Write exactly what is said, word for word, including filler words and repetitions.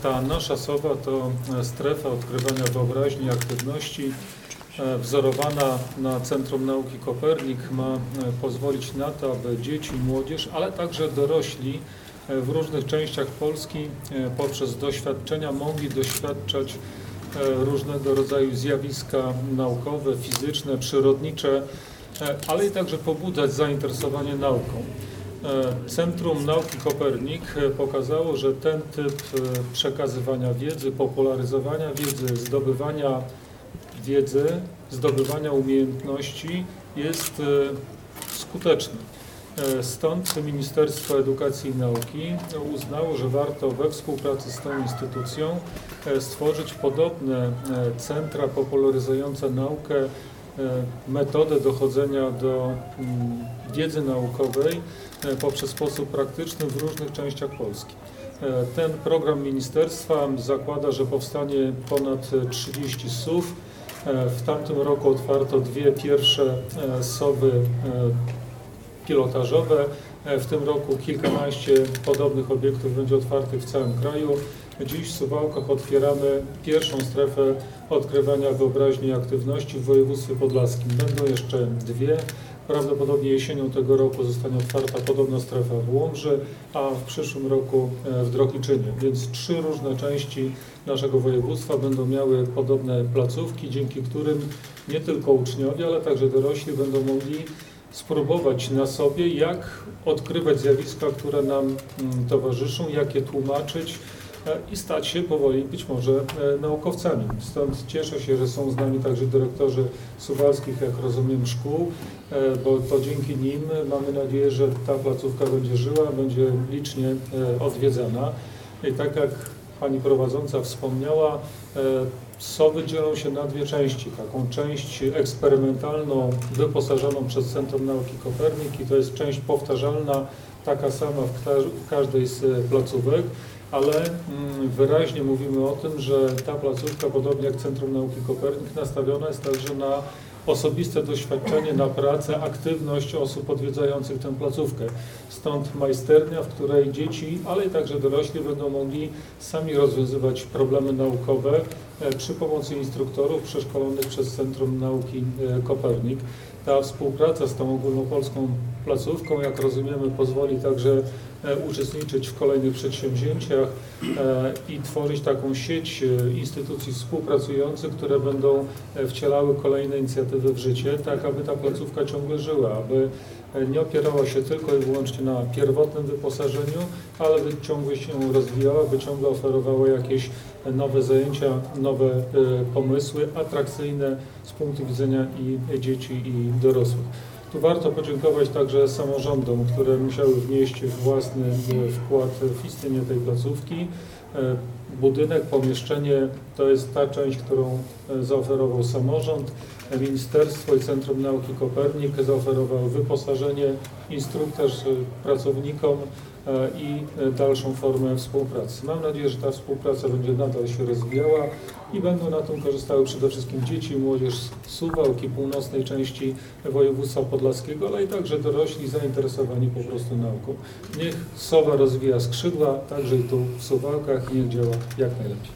Ta nasza SOWA to strefa odkrywania wyobraźni i aktywności wzorowana na Centrum Nauki Kopernik. Ma pozwolić na to, aby dzieci i młodzież, ale także dorośli w różnych częściach Polski poprzez doświadczenia mogli doświadczać różnego rodzaju zjawiska naukowe, fizyczne, przyrodnicze, ale i także pobudzać zainteresowanie nauką. Centrum Nauki Kopernik pokazało, że ten typ przekazywania wiedzy, popularyzowania wiedzy, zdobywania wiedzy, zdobywania umiejętności jest skuteczny. Stąd Ministerstwo Edukacji i Nauki uznało, że warto we współpracy z tą instytucją stworzyć podobne centra popularyzujące naukę, metodę dochodzenia do wiedzy naukowej poprzez sposób praktyczny w różnych częściach Polski. Ten program ministerstwa zakłada, że powstanie ponad trzydzieści SOW. W tamtym roku otwarto dwie pierwsze SOWy pilotażowe. W tym roku kilkanaście podobnych obiektów będzie otwartych w całym kraju. Dziś w Suwałkach otwieramy pierwszą strefę odkrywania wyobraźni i aktywności w województwie podlaskim. Będą jeszcze dwie. Prawdopodobnie jesienią tego roku zostanie otwarta podobna strefa w Łomży, a w przyszłym roku w Drohiczynie. Więc trzy różne części naszego województwa będą miały podobne placówki, dzięki którym nie tylko uczniowie, ale także dorośli będą mogli spróbować na sobie, jak odkrywać zjawiska, które nam towarzyszą, jak je tłumaczyć i stać się powoli być może naukowcami. Stąd cieszę się, że są z nami także dyrektorzy suwalskich, jak rozumiem, szkół, bo to dzięki nim mamy nadzieję, że ta placówka będzie żyła, będzie licznie odwiedzana. I tak jak pani prowadząca wspomniała, SOWy dzielą się na dwie części. Taką część eksperymentalną, wyposażoną przez Centrum Nauki Kopernik, i to jest część powtarzalna, taka sama w każdej z placówek, ale wyraźnie mówimy o tym, że ta placówka, podobnie jak Centrum Nauki Kopernik, nastawiona jest także na osobiste doświadczenie, na pracę, aktywność osób odwiedzających tę placówkę. Stąd majsternia, w której dzieci, ale i także dorośli będą mogli sami rozwiązywać problemy naukowe przy pomocy instruktorów przeszkolonych przez Centrum Nauki Kopernik. Ta współpraca z tą ogólnopolską placówką, jak rozumiemy, pozwoli także uczestniczyć w kolejnych przedsięwzięciach i tworzyć taką sieć instytucji współpracujących, które będą wcielały kolejne inicjatywy w życie, tak aby ta placówka ciągle żyła, aby nie opierała się tylko i wyłącznie na pierwotnym wyposażeniu, ale by ciągle się rozwijała, by ciągle oferowała jakieś nowe zajęcia, nowe pomysły, atrakcyjne z punktu widzenia i dzieci, i dorosłych. Tu warto podziękować także samorządom, które musiały wnieść własny wkład w istnienie tej placówki. Budynek, pomieszczenie to jest ta część, którą zaoferował samorząd. Ministerstwo i Centrum Nauki Kopernik zaoferowało wyposażenie, instruktaż pracownikom i dalszą formę współpracy. Mam nadzieję, że ta współpraca będzie nadal się rozwijała i będą na tym korzystały przede wszystkim dzieci i młodzież z Suwałk i północnej części województwa podlaskiego, ale i także dorośli zainteresowani po prostu nauką. Niech SOWA rozwija skrzydła, także i tu w Suwałkach, i niech działa jak najlepiej.